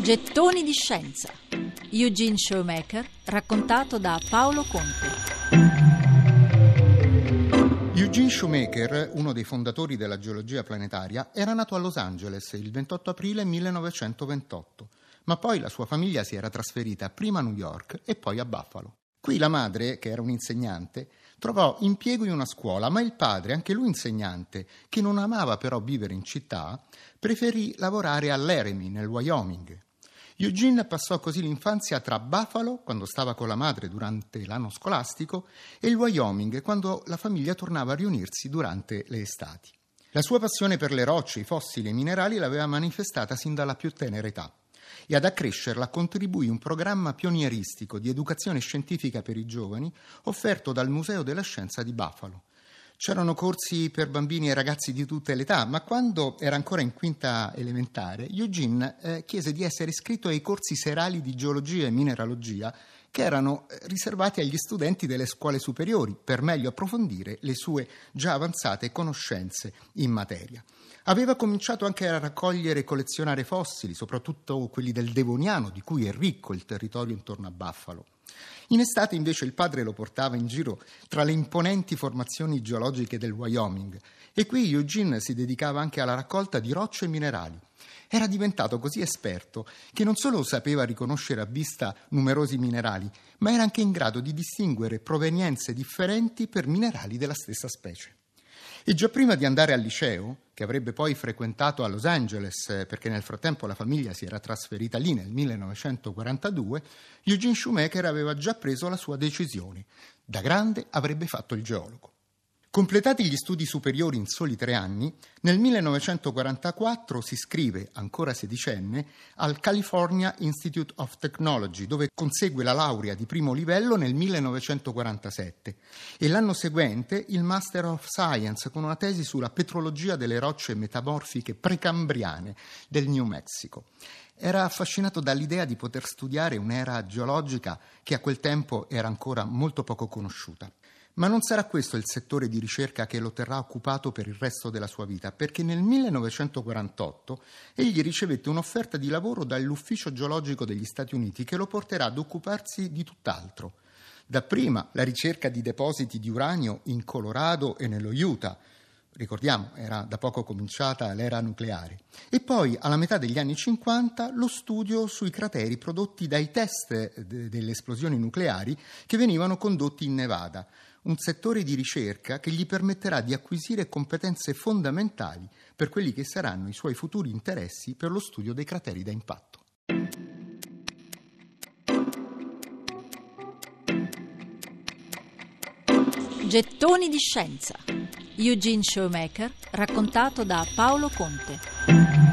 Gettoni di scienza. Eugene Shoemaker, raccontato da Paolo Conte. Eugene Shoemaker, uno dei fondatori della geologia planetaria, era nato a Los Angeles il 28 aprile 1928, ma poi la sua famiglia si era trasferita prima a New York e poi a Buffalo. Qui la madre, che era un'insegnante, trovò impiego in una scuola, ma il padre, anche lui insegnante, che non amava però vivere in città, preferì lavorare a Laramie, nel Wyoming. Eugene passò così l'infanzia tra Buffalo, quando stava con la madre durante l'anno scolastico, e il Wyoming, quando la famiglia tornava a riunirsi durante le estati. La sua passione per le rocce, i fossili e i minerali l'aveva manifestata sin dalla più tenera età, e ad accrescerla contribuì un programma pionieristico di educazione scientifica per i giovani offerto dal Museo della Scienza di Buffalo. C'erano corsi per bambini e ragazzi di tutte le età, ma quando era ancora in quinta elementare, Eugene chiese di essere iscritto ai corsi serali di geologia e mineralogia che erano riservati agli studenti delle scuole superiori per meglio approfondire le sue già avanzate conoscenze in materia. Aveva cominciato anche a raccogliere e collezionare fossili, soprattutto quelli del Devoniano, di cui è ricco il territorio intorno a Buffalo. In estate invece il padre lo portava in giro tra le imponenti formazioni geologiche del Wyoming e qui Eugene si dedicava anche alla raccolta di rocce e minerali. Era diventato così esperto che non solo sapeva riconoscere a vista numerosi minerali, ma era anche in grado di distinguere provenienze differenti per minerali della stessa specie. E già prima di andare al liceo, che avrebbe poi frequentato a Los Angeles, perché nel frattempo la famiglia si era trasferita lì nel 1942, Eugene Shoemaker aveva già preso la sua decisione. Da grande avrebbe fatto il geologo. Completati gli studi superiori in soli 3 anni, nel 1944 si iscrive, ancora sedicenne, al California Institute of Technology, dove consegue la laurea di primo livello nel 1947 e l'anno seguente il Master of Science con una tesi sulla petrologia delle rocce metamorfiche precambriane del New Mexico. Era affascinato dall'idea di poter studiare un'era geologica che a quel tempo era ancora molto poco conosciuta. Ma non sarà questo il settore di ricerca che lo terrà occupato per il resto della sua vita, perché nel 1948 egli ricevette un'offerta di lavoro dall'Ufficio Geologico degli Stati Uniti che lo porterà ad occuparsi di tutt'altro. Dapprima la ricerca di depositi di uranio in Colorado e nello Utah. Ricordiamo, era da poco cominciata l'era nucleare. E poi, alla metà degli anni 50, lo studio sui crateri prodotti dai test delle esplosioni nucleari che venivano condotti in Nevada, un settore di ricerca che gli permetterà di acquisire competenze fondamentali per quelli che saranno i suoi futuri interessi per lo studio dei crateri da impatto. Gettoni di scienza. Eugene Shoemaker, raccontato da Paolo Conte.